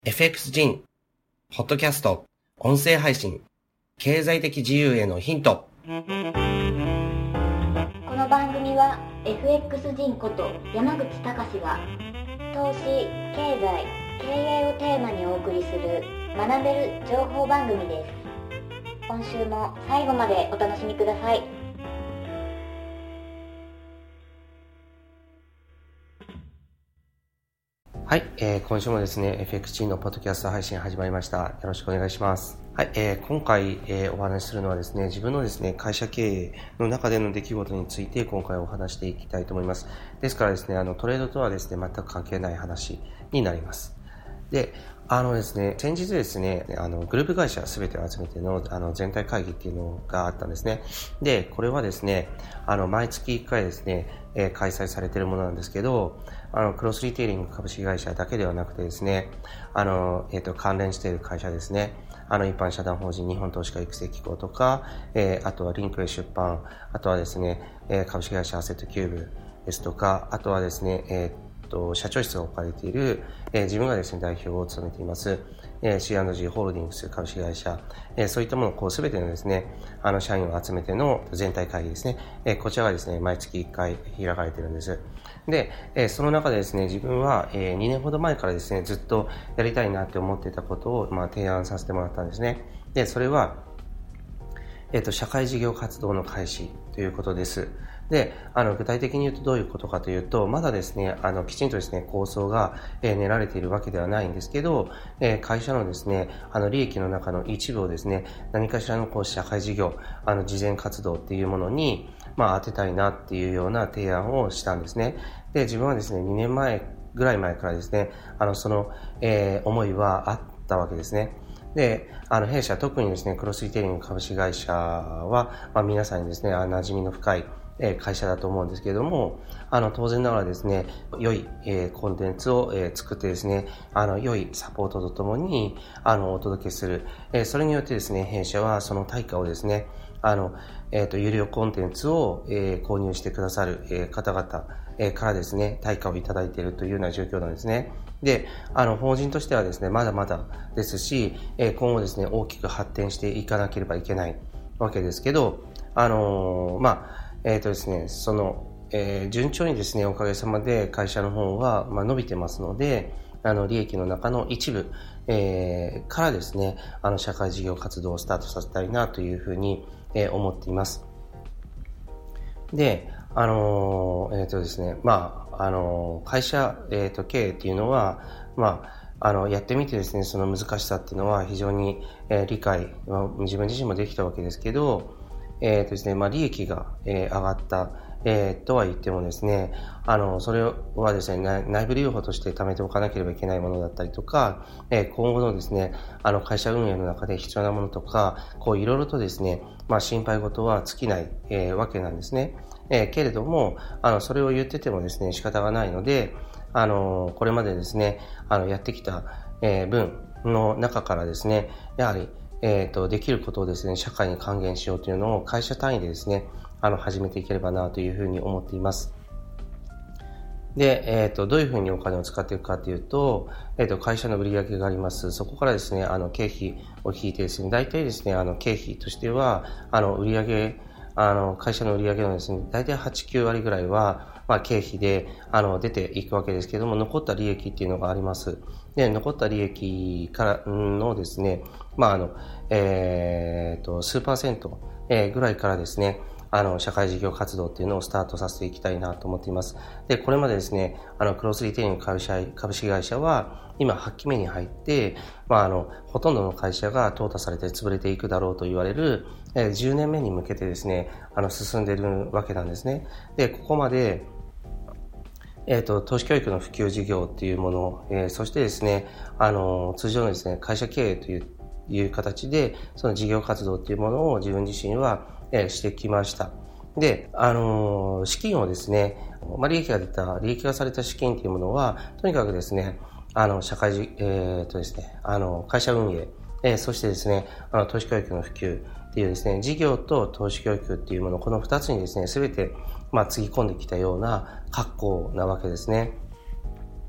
FX 人、ポッドキャスト、音声配信、経済的自由へのヒント。 この番組は FX 人こと山口隆が投資、経済、経営をテーマにお送りする学べる情報番組です。今週も最後までお楽しみください。 はい、今週もですね FX のポッドキャスト配信始まりました。よろしくお願いします。はい、今回、お話しするのはですね、自分のですね会社経営の中での出来事について今回お話していきたいと思います。ですからですね、トレードとはですね全く関係ない話になります。でですね、先日ですね、グループ会社すべてを集めての、全体会議っていうのがあったんですね。で、これはですね、毎月1回ですね、開催されているものなんですけど、クロスリテイリング株式会社だけではなくてですね、関連している会社ですね、一般社団法人日本投資家育成機構とか、あとはリンクウェイ出版、あとはですね、株式会社アセットキューブですとか、あとはですね、社長室が置かれている、自分がですね代表を務めています、C&G ホールディングス株式会社、そういったものをすべてのですね社員を集めての全体会議ですね、こちらがですね毎月1回開かれているんです。で、その中でですね自分は、2年ほど前からですねずっとやりたいなって思っていたことを、提案させてもらったんですね。で、それは社会事業活動の開始ということです。で、具体的に言うとどういうことかというと、まだですね、きちんとですね、構想が、練られているわけではないんですけど、会社のですね、利益の中の一部をですね、何かしらの社会事業、慈善活動っていうものに、当てたいなっていうような提案をしたんですね。で、自分はですね、2年前ぐらい前からですね、その、思いはあったわけですね。で、弊社、特にですね、クロスリテイリング株式会社は、皆さんにですね、馴染みの深い会社だと思うんですけれども、当然ながらですね、良いコンテンツを作ってですね、良いサポートとともに、お届けする。それによってですね、弊社はその対価をですね、有料コンテンツを購入してくださる方々からですね、対価をいただいているというような状況なんですね。で、法人としてはですね、まだまだですし、今後ですね、大きく発展していかなければいけないわけですけど、ですね、順調にですね、おかげさまで会社の方は、伸びてますので、利益の中の一部、からですね、社会事業活動をスタートさせたいなというふうに、思っています。で、ですね、会社、経営っていうのは、やってみてですね、その難しさっていうのは非常に、理解、自分自身もできたわけですけど、ですね、利益が、上がった、とは言ってもですね、それはですね、内部留保として貯めておかなければいけないものだったりとか、今後のですね、会社運営の中で必要なものとか、いろいろとですね、心配事は尽きない、わけなんですね。けれども、それを言っててもですね、仕方がないので、これまでですね、やってきた、分の中からですね、やはり、できることをですね、社会に還元しようというのを会社単位でですね、始めていければなというふうに思っています。で、どういうふうにお金を使っていくかというと、会社の売上があります。そこからですね、経費を引いてですね、大体ですね、経費としては、売上、会社の売上のですね、大体8、9割ぐらいは、経費で、出ていくわけですけれども、残った利益っていうのがあります。で、残った利益からのですね、数パーセントぐらいからですね、社会事業活動っていうのをスタートさせていきたいなと思っています。で、これまでですね、クロスリテイリング株式会社は、今8期目に入って、ほとんどの会社が淘汰されて潰れていくだろうと言われる、10年目に向けてですね、進んでいるわけなんですね。で、ここまで、投資教育の普及事業っていうもの、そしてですね、通常のですね、会社経営という形で、その事業活動っていうものを自分自身は、してきました。で、資金をですね、利益がされた資金っていうものは、とにかくですね、ですね、会社運営、そしてですね、投資教育の普及っていうですね、事業と投資教育っていうもの、この2つにですね、すべて、つぎ込んできたような格好なわけですね。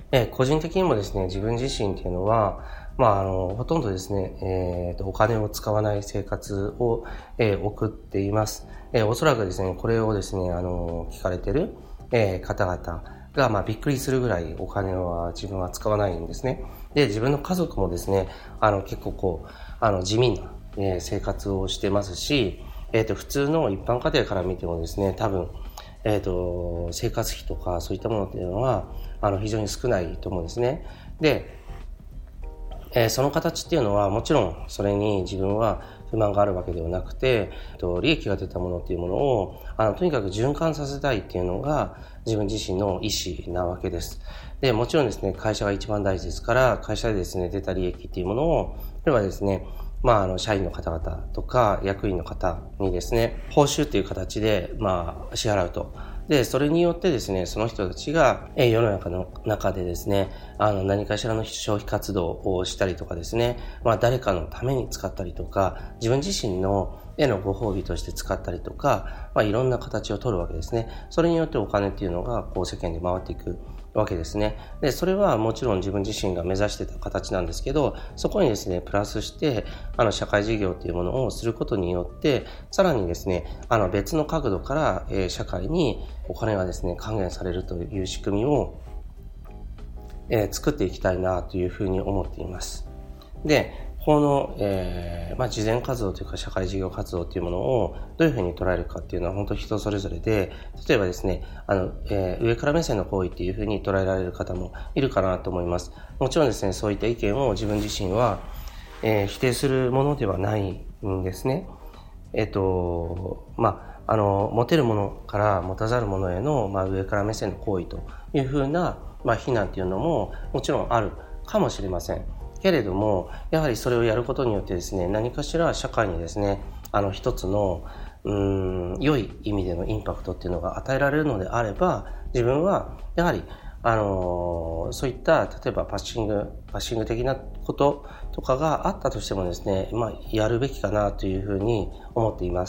個人的にもですね、自分自身っていうのは、ほとんどですね、お金を使わない生活を、送っています。おそらくですね、これをですね、聞かれてる、方々が、びっくりするぐらいお金は自分は使わないんですね。で、自分の家族もですね、結構地味な、生活をしてますし、普通の一般家庭から見てもですね、多分、生活費とかそういったものっていうのは、非常に少ないと思うんですね。で、その形っていうのはもちろんそれに自分は不満があるわけではなくて、利益が出たものっていうものをとにかく循環させたいっていうのが自分自身の意思なわけです。で、もちろんですね、会社が一番大事ですから、会社でですね、出た利益っていうものを、例えばですね、社員の方々とか役員の方にですね、報酬っていう形で、支払うと。で、それによってですね、その人たちが、世の中の中でですね、何かしらの消費活動をしたりとかですね、誰かのために使ったりとか、自分自身のへのご褒美として使ったりとか、いろんな形を取るわけですね。それによってお金っていうのが、世間で回っていくわけですね。で、それはもちろん自分自身が目指してた形なんですけど、そこにですね、プラスして、社会事業っていうものをすることによって、さらにですね、別の角度から、社会にお金がですね、還元されるという仕組みを、作っていきたいなというふうに思っています。で、この、慈善活動というか社会事業活動というものをどういうふうに捉えるかっていうのは本当人それぞれで、例えばですね、上から目線の行為っていうふうに捉えられる方もいるかなと思います。もちろんですね、そういった意見を自分自身は、否定するものではないんですね。持てるものから持たざるものへの、上から目線の行為というふうな、非難っていうのももちろんあるかもしれません。けれども、やはりそれをやることによってですね、何かしら社会にですね、一つの良い意味でのインパクトっていうのが与えられるのであれば、自分はやはりそういった例えばバッシング的なこととかがあったとしてもですね、やるべきかなというふうに思っています。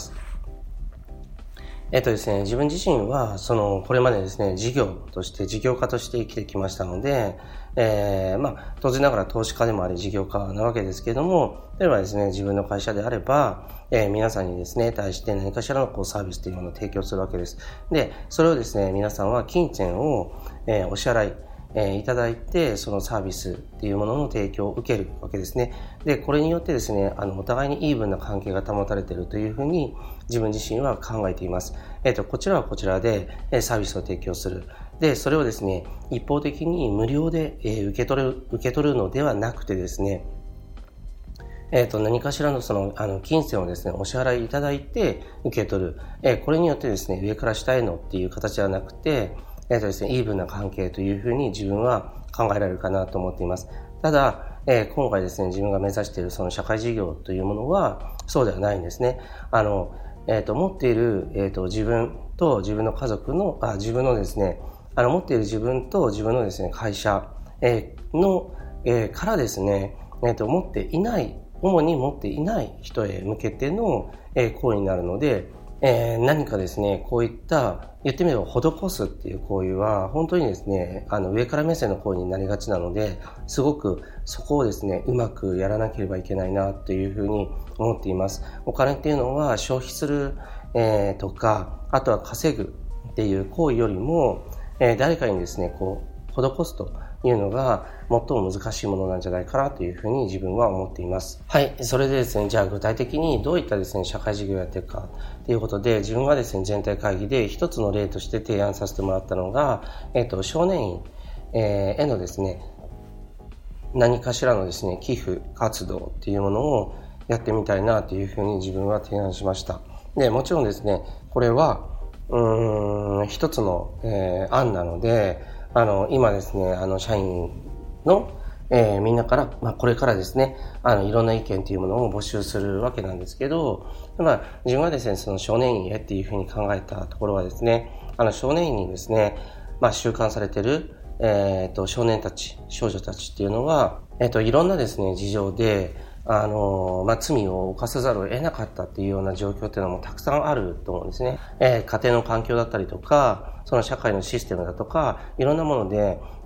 ですね、自分自身はこれまでですね、事業家として生きてきましたので、当然ながら投資家でもあり事業家なわけですけれども、例えばですね、自分の会社であれば、皆さんにですね、対して何かしらのサービスというものを提供するわけです。で、それをですね、皆さんは金銭を、お支払いいただいて、そのサービスっていうものの提供を受けるわけですね。で、これによってですね、お互いにイーブンな関係が保たれているというふうに自分自身は考えています。こちらはこちらでサービスを提供する。で、それをですね、一方的に無料で受け取るのではなくてですね、何かしらの金銭をですね、お支払いいただいて受け取る。これによってですね、上から下へのっていう形ではなくて、ですね、イーブンな関係というふうに自分は考えられるかなと思っています。ただ、今回ですね、自分が目指しているその社会事業というものはそうではないんですね。持っている、自分と自分の家族の、自分のですね、持っている自分と自分のですね、会社、からですね、主に持っていない人へ向けての、行為になるので、何かですね、こういった言ってみれば施すっていう行為は本当にですね、上から目線の行為になりがちなので、すごくそこをですね、うまくやらなければいけないなというふうに思っています。お金っていうのは消費する、とか、あとは稼ぐっていう行為よりも、誰かにですね、施すというのが最も難しいものなんじゃないかなというふうに自分は思っています。はい。それでですね、じゃあ具体的にどういったですね、社会事業をやっていくかということで、自分がですね、全体会議で一つの例として提案させてもらったのが、少年院、へのですね、何かしらのですね、寄付活動っていうものをやってみたいなというふうに自分は提案しました。で、もちろんですね、これは、一つの、案なので、今ですね、社員の、みんなから、これからですね、いろんな意見というものを募集するわけなんですけど、自分はですね、その少年院へっていうふうに考えたところはですね、少年院にですね、収監されている、少年たち、少女たちっていうのは、いろんなですね、事情で、罪を犯さざるを得なかったっていうような状況っていうのもたくさんあると思うんですね。家庭の環境だったりとか、その社会のシステムだとか、いろんなもので、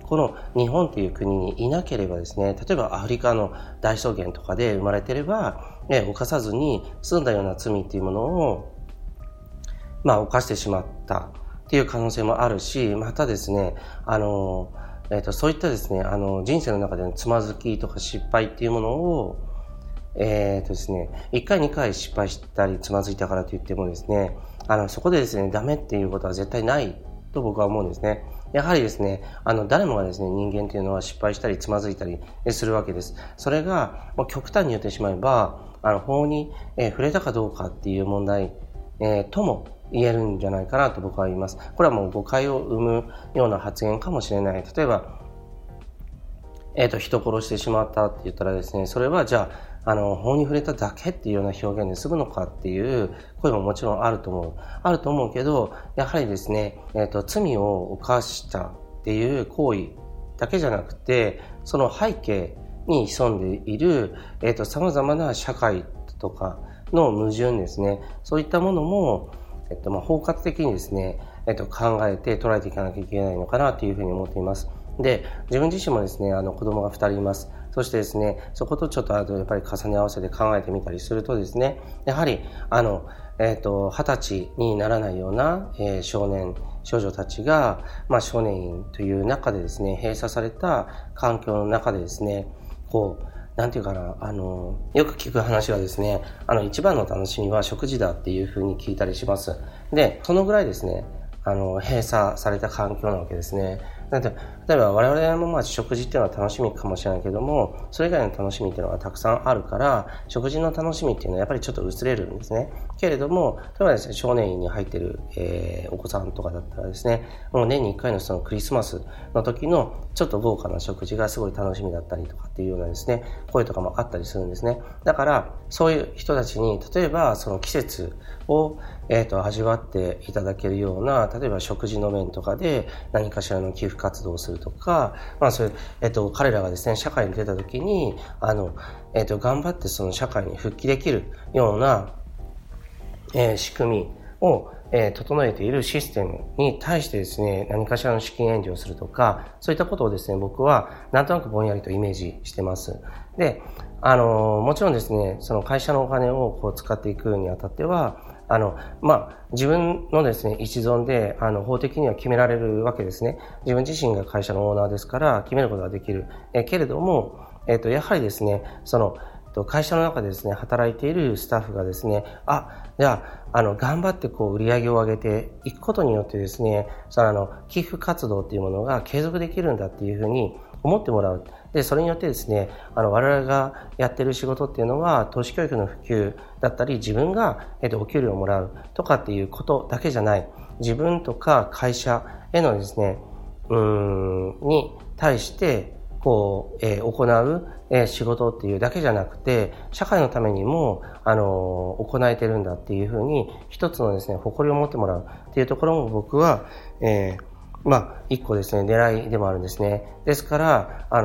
この日本という国にいなければですね、例えばアフリカの大草原とかで生まれてれば、犯さずに済んだような罪っていうものを、犯してしまったっていう可能性もあるし、またですね、そういったですね、人生の中でのつまずきとか失敗っていうものを、ですね、1回2回失敗したりつまずいたからといってもですね、そこでですね、ダメっていうことは絶対ないと僕は思うんですね。やはりですね、誰もがですね、人間というのは失敗したりつまずいたりするわけです。それが、極端に言ってしまえば、法に触れたかどうかっていう問題、とも言えるんじゃないかなと僕は言います。これはもう誤解を生むような発言かもしれない。例えば、人殺してしまったって言ったらですね、それはじゃあ、法に触れただけっていうような表現で済むのかっていう声ももちろんあると思うけど、やはりですね、罪を犯したっていう行為だけじゃなくて、その背景に潜んでいる、様々な社会とかの矛盾ですね、そういったものも、包括的にですね、考えて捉えていかなきゃいけないのかなというふうに思っています。で、自分自身もですね、子供が2人います。そしてですね、そことちょっとやっぱり重ね合わせて考えてみたりするとですね、やはり、20歳にならないような、少年、少女たちが、少年院という中でですね、閉鎖された環境の中でですね、なんていうかな、よく聞く話はですね、一番の楽しみは食事だっていうふうに聞いたりします。で、そのぐらいですね、閉鎖された環境なわけですね。例えば我々も食事っていうのは楽しみかもしれないけども、それ以外の楽しみっていうのはたくさんあるから、食事の楽しみっていうのはやっぱりちょっと薄れるんですね。けれども、例えばですね、少年院に入っている、お子さんとかだったらですね、もう年に1回のそのクリスマスの時のちょっと豪華な食事がすごい楽しみだったりとかっていうようなですね、声とかもあったりするんですね。だから、そういう人たちに、例えばその季節を、味わっていただけるような、例えば食事の面とかで何かしらの寄付活動をするとか、そういう、彼らがですね、社会に出た時に、頑張ってその社会に復帰できるような、仕組みを、整えているシステムに対してですね、何かしらの資金援助をするとか、そういったことをですね、僕はなんとなくぼんやりとイメージしてます。で、もちろんですね、その会社のお金を使っていくにあたっては、自分のですね、一存で、法的には決められるわけですね。自分自身が会社のオーナーですから、決めることができる。けれども、やはりですね、その、会社の中でですね、働いているスタッフがですね、じゃあ、頑張って売り上げを上げていくことによってですね、寄付活動っていうものが継続できるんだっていうふうに思ってもらう。で、それによってですね、我々がやってる仕事っていうのは、投資教育の普及だったり、自分が、お給料をもらうとかっていうことだけじゃない。自分とか会社へのですね、に対して、行う、仕事っていうだけじゃなくて、社会のためにも、行えてるんだっていうふうに、一つのですね、誇りを持ってもらうっていうところも僕は、一個ですね、狙いでもあるんですね。ですから、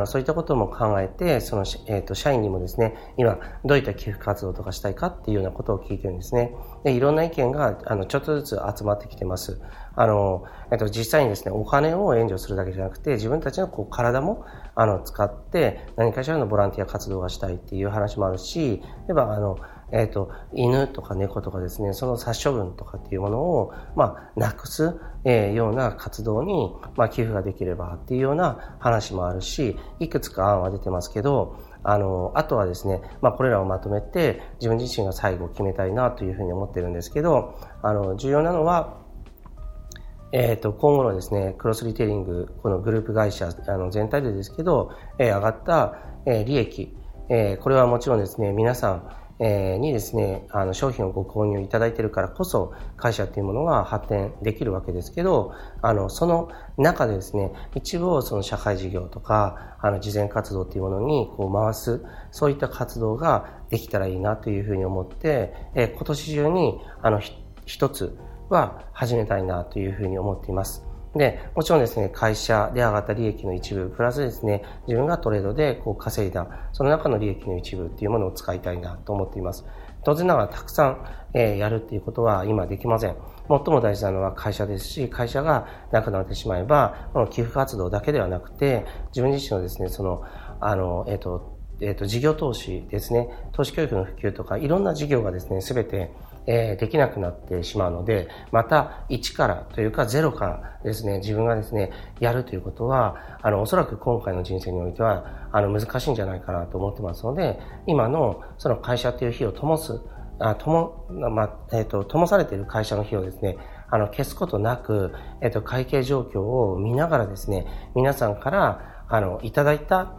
そういったことも考えて、その、社員にもですね、今、どういった寄付活動とかしたいかっていうようなことを聞いてるんですね。で、いろんな意見が、ちょっとずつ集まってきてます。実際にですね、お金を援助するだけじゃなくて、自分たちの体も、使って、何かしらのボランティア活動がしたいっていう話もあるし、例えば、犬とか猫とかですね、その殺処分とかっていうものを、なくす、ような活動に、寄付ができればっていうような話もあるし、いくつか案は出てますけど、あとはですね、これらをまとめて自分自身が最後決めたいなというふうに思ってるんですけど、重要なのは、今後のですね、クロスリテイリング、このグループ会社、全体でですけど、上がった、利益、これはもちろんですね、皆さん、にですね、商品をご購入いただいているからこそ会社っていうものは発展できるわけですけど、その中でですね、一部をその社会事業とか、慈善活動っていうものに回す、そういった活動ができたらいいなというふうに思って、今年中に、一つは始めたいなというふうに思っています。で、もちろんですね、会社で上がった利益の一部、プラスですね、自分がトレードで稼いだ、その中の利益の一部っていうものを使いたいなと思っています。 当然ながらたくさん、やるっていうことは今できません。最も大事なのは会社ですし、会社がなくなってしまえば、この寄付活動だけではなくて、自分自身のですね、事業投資ですね、投資教育の普及とか、いろんな事業がですね、すべて、できなくなってしまうので、また1からというか0からですね、自分がですね、やるということは、おそらく今回の人生においては、難しいんじゃないかなと思ってますので、今のその会社という火を灯されている会社の火をですね、消すことなく、会計状況を見ながらですね、皆さんから、いただいた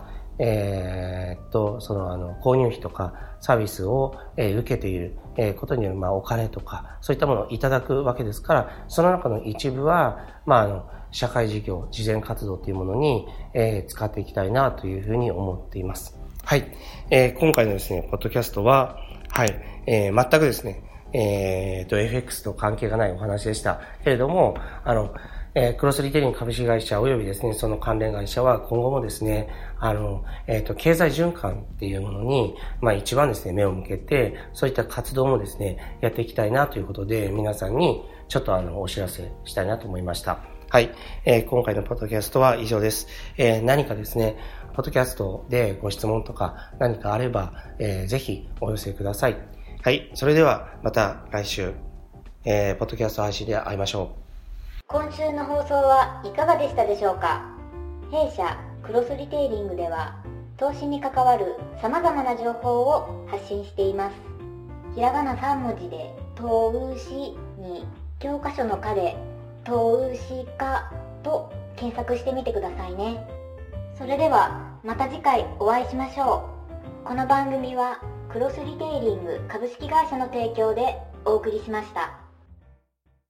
購入費とかサービスを、受けている、ことによる、お金とか、そういったものをいただくわけですから、その中の一部は、社会事業、慈善活動というものに、使っていきたいなというふうに思っています。はい。今回のですね、ポッドキャストは、はい、全くですね、FX と関係がないお話でした。けれども、クロスリテイリング株式会社およびですね、その関連会社は今後もですね、経済循環っていうものに、一番ですね、目を向けて、そういった活動もですね、やっていきたいなということで、皆さんにちょっとお知らせしたいなと思いました。はい。今回のポッドキャストは以上です。何かですね、ポッドキャストでご質問とか何かあれば、ぜひお寄せください。はい。それではまた来週、ポッドキャスト配信で会いましょう。 今週の放送はいかがでしたでしょうか。弊社クロスリテイリングでは投資に関わる様々な情報を発信しています。ひらがな3文字で投資に教科書の科で投資家と検索してみてくださいね。それではまた次回お会いしましょう。この番組はクロスリテイリング株式会社の提供でお送りしました。